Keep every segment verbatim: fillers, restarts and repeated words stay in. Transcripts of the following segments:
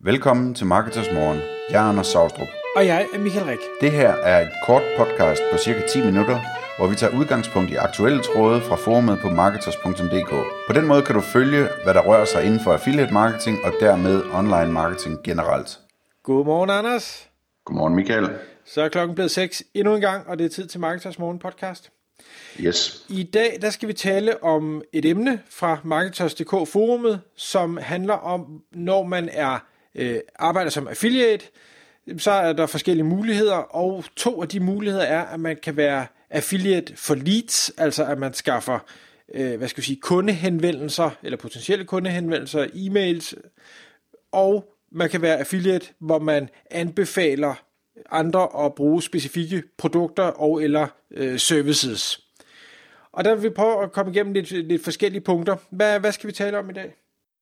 Velkommen til Marketers Morgen. Jeg er Anders Saustrup. Og jeg er Michael Rik. Det her er et kort podcast på cirka ti minutter, hvor vi tager udgangspunkt i aktuelle tråde fra forumet på marketers punktum d k. På den måde kan du følge, hvad der rører sig inden for affiliate marketing og dermed online marketing generelt. Godmorgen, Anders. Godmorgen, Michael. Så er klokken blevet seks endnu en gang, og det er tid til Marketers Morgen podcast. Yes. I dag der skal vi tale om et emne fra marketers punktum d k forumet, som handler om, når man er øh, arbejder som affiliate, så er der forskellige muligheder, og to af de muligheder er, at man kan være affiliate for leads, altså at man skaffer øh, hvad skal vi sige, kundehenvendelser, eller potentielle kundehenvendelser, e-mails, og man kan være affiliate, hvor man anbefaler andre at bruge specifikke produkter og eller øh, services. Og der vil vi prøve at komme igennem lidt, lidt forskellige punkter. Hvad, hvad skal vi tale om i dag?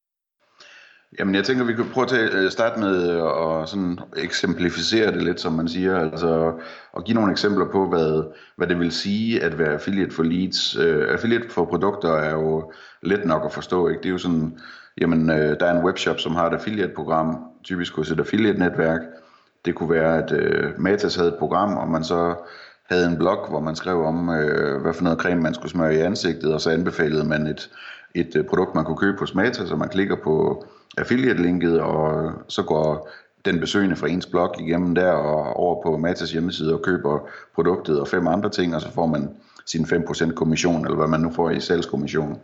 Jamen jeg tænker, vi kan prøve at starte med at sådan eksemplificere det lidt, som man siger, altså at give nogle eksempler på, hvad, hvad det vil sige at være affiliate for leads. Uh, affiliate for produkter er jo let nok at forstå, ikke? Det er jo sådan, jamen uh, der er en webshop, som har et affiliate-program, typisk hos et affiliate-netværk. Det kunne være, at uh, Matas havde et program, og man så havde en blog, hvor man skrev om, uh, hvad for noget creme man skulle smøre i ansigtet, og så anbefalede man et, et uh, produkt, man kunne købe hos Matas, og man klikker på affiliate-linket, og så går den besøgende fra ens blog igennem der og over på Matas hjemmeside og køber produktet og fem andre ting, og så får man sin fem procent kommission, eller hvad man nu får i salgskommission.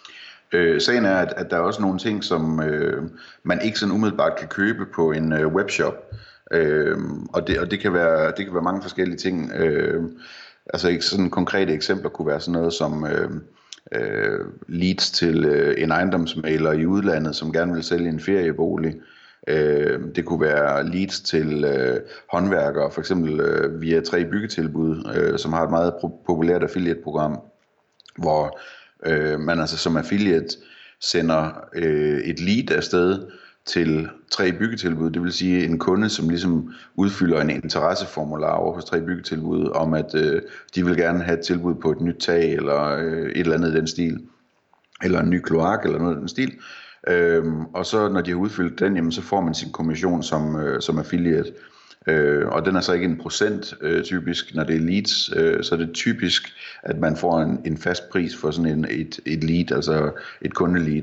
Øh, sagen er, at, at der er også nogle ting, som øh, man ikke sådan umiddelbart kan købe på en øh, webshop, øh, og, det, og det, kan være, det kan være mange forskellige ting. Øh, altså sådan konkrete eksempler kunne være sådan noget som Øh, Uh, leads til uh, en ejendomsmægler i udlandet, som gerne vil sælge en feriebolig. Uh, det kunne være leads til uh, håndværkere, for eksempel uh, via tre byggetilbud, uh, som har et meget pro- populært affiliate-program, hvor uh, man altså som affiliate sender uh, et lead afsted til tre byggetilbud, det vil sige en kunde, som ligesom udfylder en interesseformular over hos tre byggetilbud, om at øh, de vil gerne have et tilbud på et nyt tag, eller øh, et eller andet i den stil, eller en ny kloak, eller noget i den stil. Øhm, og så når de har udfyldt den, jamen, så får man sin kommission som, øh, som affiliate. Øh, og den er så ikke en procent øh, typisk, når det er leads, øh, så er det typisk, at man får en, en fast pris for sådan en, et, et lead, altså et kundelead.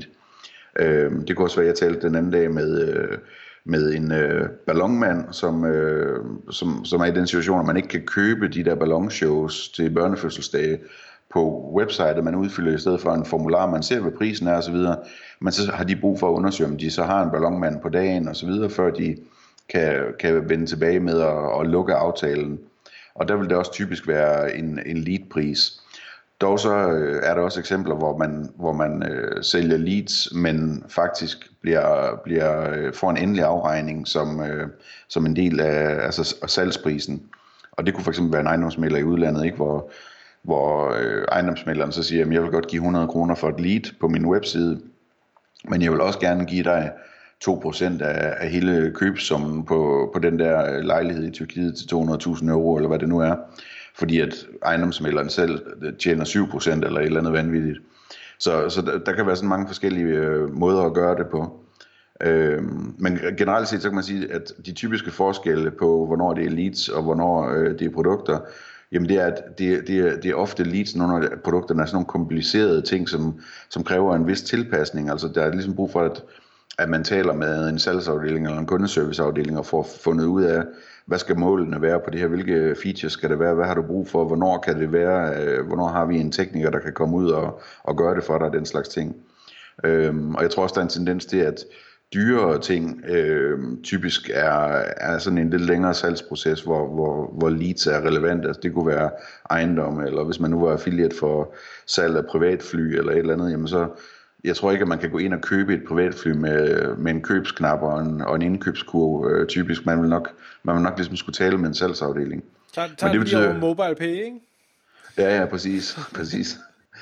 Øh, det kunne også være, at jeg talte den anden dag med, øh, med en øh, ballonmand, som, øh, som, som er i den situation, at man ikke kan købe de der ballonshows til børnefødselsdage på websitet. Man udfylder i stedet for en formular, man ser, hvad prisen er osv. Men så har de brug for at undersøge, om de så har en ballonmand på dagen osv., før de kan, kan vende tilbage med at, at lukke aftalen. Og der vil det også typisk være en, en leadpris. Dog så øh, er der også eksempler, hvor man, hvor man øh, sælger leads, men faktisk bliver, bliver, øh, får en endelig afregning som, øh, som en del af altså, salgsprisen. Og det kunne fx være en ejendomsmægler i udlandet, ikke? hvor, hvor øh, ejendomsmægleren så siger, at jeg vil godt give hundrede kroner for et lead på min webside, men jeg vil også gerne give dig to procent af, af hele købssummen på, på den der lejlighed i Tyrkiet til to hundrede tusind euro, eller hvad det nu er. Fordi at ejendomsmægleren selv tjener syv procent eller et eller andet vanvittigt. Så, så der, der kan være sådan mange forskellige øh, måder at gøre det på. Øh, men generelt set så kan man sige, at de typiske forskelle på, hvornår det er leads og hvornår øh, det er produkter, jamen det er, at det, det, er, det er ofte leads, når produkterne er sådan nogle komplicerede ting, som, som kræver en vis tilpasning. Altså der er ligesom brug for, at, at man taler med en salgsafdeling eller en kundeserviceafdeling og får fundet ud af, hvad skal målene være på det her, hvilke features skal det være, hvad har du brug for, hvornår kan det være, hvornår har vi en tekniker, der kan komme ud og, og gøre det for dig, den slags ting. Øhm, og jeg tror også, der er en tendens til, at dyrere ting øhm, typisk er, er sådan en lidt længere salgsproces, hvor, hvor, hvor leads er relevant. Altså det kunne være ejendom, eller hvis man nu var affiliate for salg af privatfly, eller et eller andet, jamen så jeg tror ikke, at man kan gå ind og købe et privatfly med, med en købsknap og en, og en indkøbskurve øh, typisk. Man vil nok, man vil nok ligesom skulle tale med en salgsafdeling. Tager det lige betyder... over mobile pay, ikke? Ja, ja, præcis. præcis.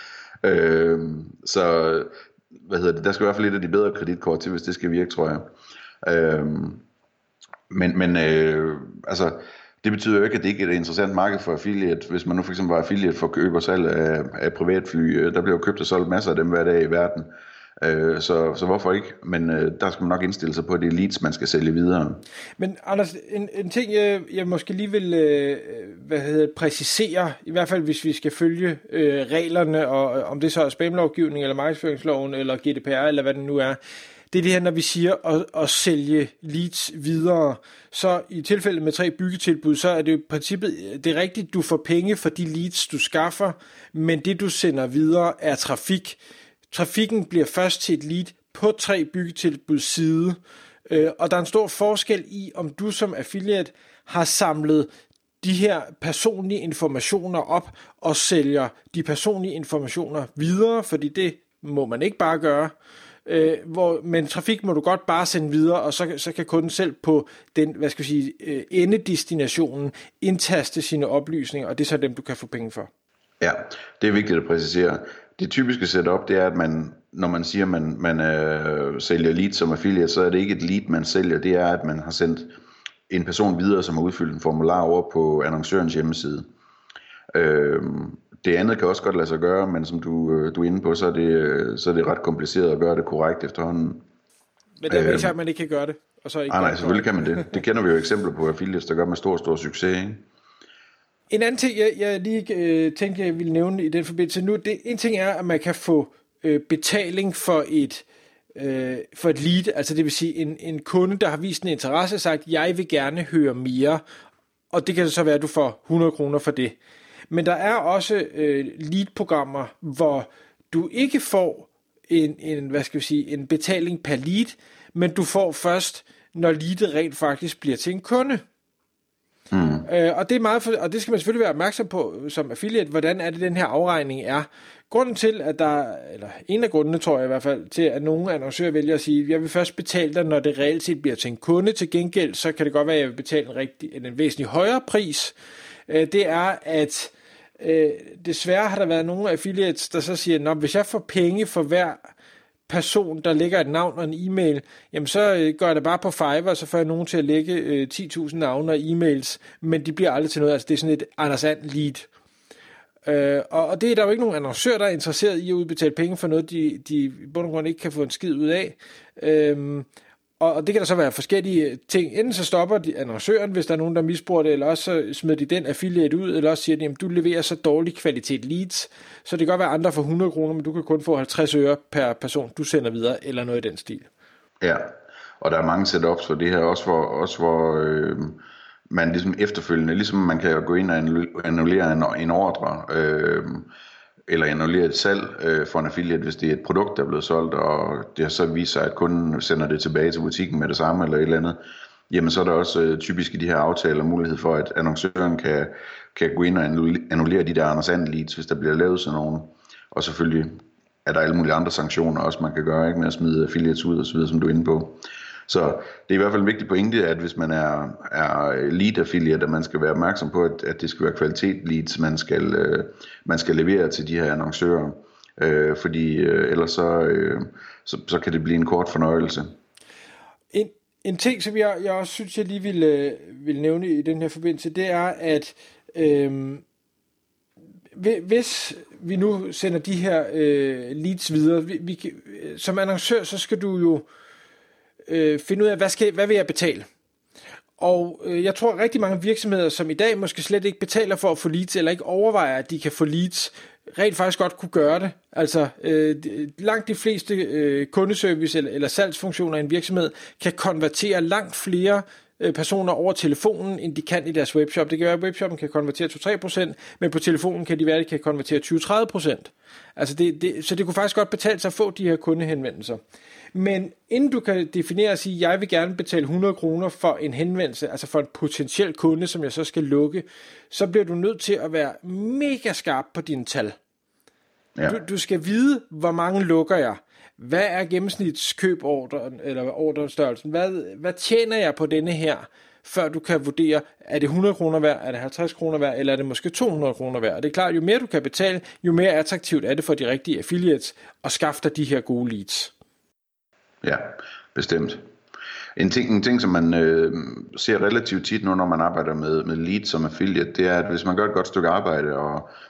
øh, så, hvad hedder det, der skal i hvert fald lidt af de bedre kreditkort til, hvis det skal virke, tror jeg. Øh, men, men øh, altså, det betyder jo ikke, at det ikke er et interessant marked for affiliate. Hvis man nu for eksempel var affiliate for køb og salg af, af privatfly, der bliver jo købt og solgt masser af dem hver dag i verden. Øh, så, så hvorfor ikke? Men øh, der skal man nok indstille sig på, at det er leads, man skal sælge videre. Men Anders, en, en ting, jeg, jeg måske lige vil øh, hvad hedder, præcisere, i hvert fald hvis vi skal følge øh, reglerne, og om det så er spamlovgivning, eller markedsføringsloven, eller G D P R, eller hvad det nu er, det er det her, når vi siger at, at sælge leads videre. Så i tilfældet med tre byggetilbud, så er det jo i princippet, det er rigtigt, du får penge for de leads, du skaffer, men det du sender videre er trafik. Trafikken bliver først til et lead på tre byggetilbuds side, og der er en stor forskel i, om du som affiliate har samlet de her personlige informationer op og sælger de personlige informationer videre, fordi det må man ikke bare gøre. Øh, hvor, men trafik må du godt bare sende videre, og så, så kan kunden selv på den, hvad skal jeg sige, øh, endedestinationen indtaste sine oplysninger, og det er så dem, du kan få penge for. Ja, det er vigtigt at præcisere. Det typiske setup, det er, at man, når man siger, at man, man øh, sælger lead som affiliate, så er det ikke et lead, man sælger, det er, at man har sendt en person videre, som har udfyldt en formular over på annoncørens hjemmeside. Øh, Det andet kan også godt lade sig gøre, men som du, du er inde på, så er, det, så er det ret kompliceret at gøre det korrekt efterhånden. Men det er ikke sagt, at man ikke kan gøre det. Og så ikke ah, nej, selvfølgelig kan man det. Det kender vi jo eksempler på affiliates, der gør med stor, stor succes. Ikke? En anden ting, jeg, jeg lige øh, tænkte, jeg ville nævne i den forbindelse nu, det, en ting er, at man kan få øh, betaling for et, øh, for et lead, altså det vil sige en, en kunde, der har vist en interesse og sagt, jeg vil gerne høre mere, og det kan så være, at du får hundrede kroner for det. Men der er også øh, lead-programmer, hvor du ikke får en, en, hvad skal vi sige, en betaling per lead, men du får først, når leadet rent faktisk bliver til en kunde. Mm. Øh, og, det er meget for, og det skal man selvfølgelig være opmærksom på som affiliate, hvordan er det, den her afregning er. Grunden til, at der, eller en af grundene tror jeg i hvert fald, til at nogle annoncører vælger at sige, jeg vil først betale dig, når det reelt set bliver til en kunde. Til gengæld, så kan det godt være, at jeg vil betale en, rigtig, en væsentlig højere pris. Øh, det er, at øh, desværre har der været nogle affiliates, der så siger, at hvis jeg får penge for hver person, der lægger et navn og en e-mail, jamen så øh, går jeg det bare på Fiverr, og så får jeg nogen til at lægge øh, ti tusind navne og e-mails, men de bliver aldrig til noget. Altså det er sådan et Anders And lead. Øh, og, og det er der jo ikke nogen annoncør, der er interesseret i at udbetale penge for noget, de, de i bund og grund ikke kan få en skid ud af. Øh, og, og det kan der så være forskellige ting. Enten så stopper de annoncøren, hvis der er nogen, der misbruger det, eller også så smider de den affiliate ud, eller også siger de, jamen du leverer så dårlig kvalitet leads, så det kan godt være andre for hundrede kroner, men du kan kun få halvtreds øre per person, du sender videre, eller noget i den stil. Ja, og der er mange setups for det her, også hvor, også hvor øh, man ligesom efterfølgende, ligesom man kan gå ind og annullere en, en ordre, øh, eller annullere et salg øh, for en affiliate, hvis det er et produkt, der er blevet solgt, og det har så vist sig, at kunden sender det tilbage til butikken med det samme, eller et eller andet, jamen så er der også øh, typisk i de her aftaler mulighed for, at annoncøren kan, kan gå ind og annullere de der Anders And leads, hvis der bliver lavet sådan nogle. Og selvfølgelig er der alle mulige andre sanktioner også, man kan gøre, ikke, med at smide affiliates ud og så videre, som du er inde på. Så det er i hvert fald en vigtig pointe, at hvis man er, er lead affiliate, at man skal være opmærksom på, at, at det skal være kvalitet leads, man skal, øh, man skal levere til de her annoncører. Øh, fordi øh, ellers så, øh, så, så kan det blive en kort fornøjelse. En, en ting, som jeg, jeg også synes, jeg lige vil, øh, vil nævne i den her forbindelse, det er, at øh, hvis vi nu sender de her øh, leads videre, vi, vi, som annoncør, så skal du jo øh, finde ud af, hvad, skal, hvad vil jeg betale? Og øh, jeg tror rigtig mange virksomheder, som i dag måske slet ikke betaler for at få leads, eller ikke overvejer, at de kan få leads, rent faktisk godt kunne gøre det. Altså øh, langt de fleste øh, kundeservice eller, eller salgsfunktioner i en virksomhed kan konvertere langt flere øh, personer over telefonen, end de kan i deres webshop. Det kan være, at webshoppen kan konvertere to til tre procent, men på telefonen kan de være, at de kan konvertere tyve til tredive procent. Altså det, det, så det kunne faktisk godt betale sig at få de her kundehenvendelser. Men inden du kan definere og sige, at jeg vil gerne betale hundrede kroner for en henvendelse, altså for en potentiel kunde, som jeg så skal lukke, så bliver du nødt til at være mega skarp på dine tal. Ja. Du, du skal vide, hvor mange lukker jeg. Hvad er gennemsnitskøbordren, eller ordrestørrelsen? Hvad, hvad tjener jeg på denne her, før du kan vurdere, er det hundrede kroner værd, er det halvtreds kroner værd, eller er det måske to hundrede kroner værd? Og det er klart, jo mere du kan betale, jo mere attraktivt er det for de rigtige affiliates at skaffe dig de her gode leads. Ja, bestemt. En ting, en ting som man øh, ser relativt tit nu, når man arbejder med, med leads som affiliate, det er, at hvis man gør et godt stykke arbejde og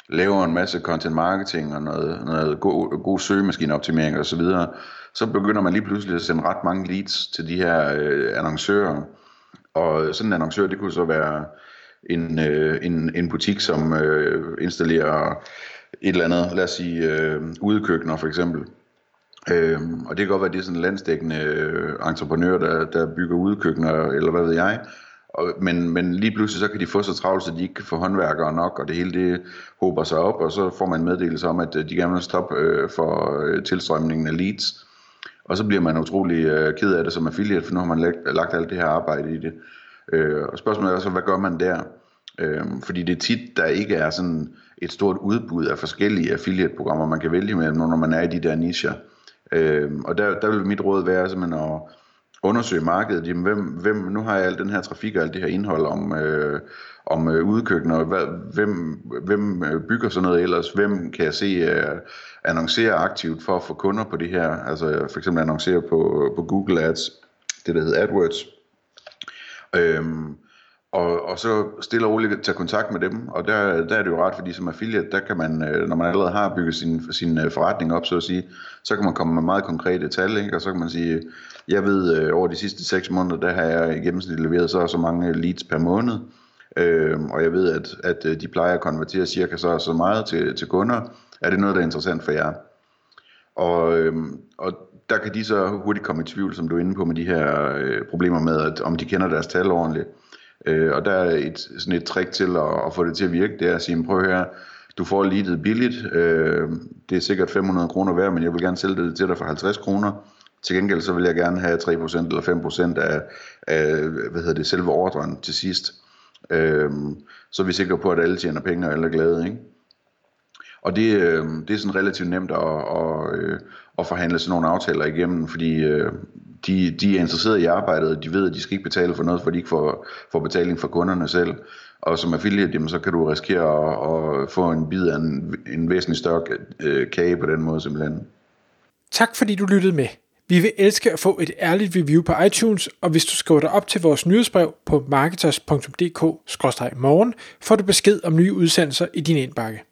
laver en masse content marketing og noget, noget god, god søgemaskineoptimering og så videre, så begynder man lige pludselig at sende ret mange leads til de her øh, annoncører. Og sådan en annoncør, det kunne så være en, øh, en, en butik, som øh, installerer et eller andet, lad os sige øh, udekøkkener for eksempel. Øh, og det kan godt være, at det er sådan en landsdækkende øh, entreprenør, der, der bygger udekøkkener, eller hvad ved jeg. Og, men, men lige pludselig så kan de få så travlt, så de ikke kan få håndværkere nok, og det hele det hober sig op, og så får man meddelelse om, at de gerne vil stoppe øh, for øh, tilstrømningen af leads. Og så bliver man utrolig øh, ked af det som affiliate, for nu har man lagt, lagt alt det her arbejde i det. Øh, og spørgsmålet er så, hvad gør man der? Øh, fordi det er tit, der ikke er sådan et stort udbud af forskellige affiliate-programmer, man kan vælge mellem, når man er i de der nicher. Øh, og der, der vil mit råd være simpelthen at undersøge markedet. Jamen, hvem, hvem, nu har jeg al den her trafik og alt det her indhold om, øh, om øh, udekøkkener. Hvem, hvem bygger sådan noget ellers? Hvem kan jeg se øh, annoncere aktivt for at få kunder på det her? Altså for eksempel annoncere på, på Google Ads, det der hedder AdWords. Øhm, og, og så stille og roligt tage kontakt med dem, og der, der er det jo ret, fordi som affiliate, der kan man, når man allerede har bygget sin, sin forretning op, så at sige, så kan man komme med meget konkrete tal, ikke? Og så kan man sige, jeg ved, over de sidste seks måneder, der har jeg i gennemsnit leveret så og så mange leads per måned, øhm, og jeg ved, at, at de plejer at konvertere cirka så og så meget til, til kunder. Er det noget, der er interessant for jer? Og, øhm, og der kan de så hurtigt komme i tvivl, som du er inde på, med de her øh, problemer med, at om de kender deres tal ordentligt. Øh, og der er et, sådan et trick til at, at få det til at virke, det er at sige, prøv her, du får leadet billigt, øh, det er sikkert fem hundrede kroner værd, men jeg vil gerne sælge det til dig for halvtreds kroner. Til gengæld så vil jeg gerne have tre procent eller fem procent af, af hvad hedder det, selve ordren til sidst. Øh, så er vi sikre på, at alle tjener penge, og alle er glade, ikke? Og det, øh, det er sådan relativt nemt at, at, øh, at forhandle sådan nogle aftaler igennem, fordi øh, de, de er interesseret i arbejdet, og de ved, at de skal ikke betale for noget, for de ikke får, får betaling fra kunderne selv. Og som affiliate, jamen, så kan du risikere at, at få en bid af en, en væsentlig større øh, kage på den måde simpelthen. Tak fordi du lyttede med. Vi vil elske at få et ærligt review på iTunes, og hvis du skriver dig op til vores nyhedsbrev på marketers punktum d k skråstreg morgen, får du besked om nye udsendelser i din indbakke.